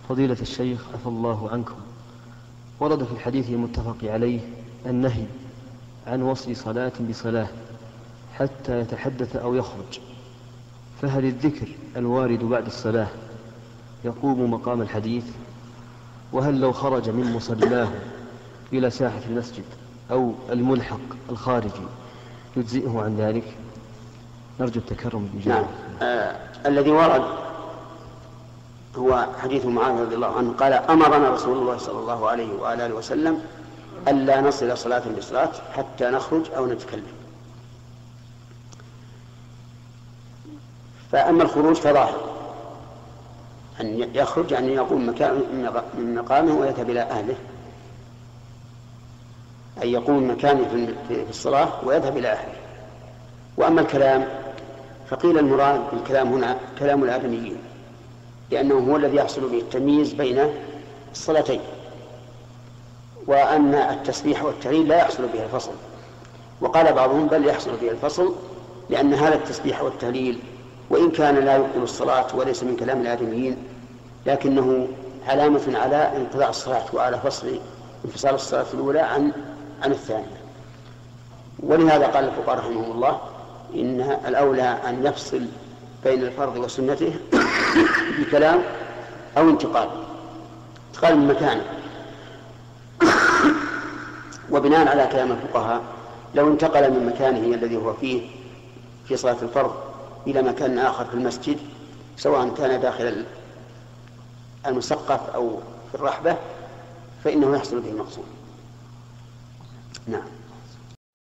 فضيلة الشيخ عفى الله عنكم، ورد في الحديث المتفق عليه النهي عن وصل صلاة بصلاة حتى يتحدث أو يخرج، فهل الذكر الوارد بعد الصلاة يقوم مقام الحديث؟ وهل لو خرج من مصلاه إلى ساحة المسجد أو الملحق الخارجي يجزئه عن ذلك؟ نرجو التكرم بالإجابة. نعم. الذي ورد هو حديث معاذ رضي الله عنه قال: أمرنا رسول الله صلى الله عليه وآله وسلم ألا نصل صلاة بصلاة حتى نخرج أو نتكلم. فأما الخروج فظاهر أن يخرج أن يقوم من مقامه ويذهب إلى أهله، أن يقوم مكانه في الصلاة ويذهب إلى أهله. وأما الكلام فقيل المراد بالكلام هنا كلام الآدميين، لأنه هو الذي يحصل به التمييز بين الصلاتين، وأن التسبيح والتهليل لا يحصل به الفصل. وقال بعضهم بل يحصل به الفصل، لأن هذا التسبيح والتهليل وإن كان لا يبطل الصلاة وليس من كلام الآدميين، لكنه علامة على انقضاء الصلاة وعلى انفصال الصلاة الأولى عن الثانية. ولهذا قال الفقهاء رحمهم الله إن الأولى أن يفصل بين الفرض وسنته بكلام أو انتقال من مكانه. وبناء على كلام الفقهاء لو انتقل من مكانه الذي هو فيه في صلاة الفرض إلى مكان آخر في المسجد، سواء كان داخل المسقف أو في الرحبة، فإنه يحصل به المقصود. نعم.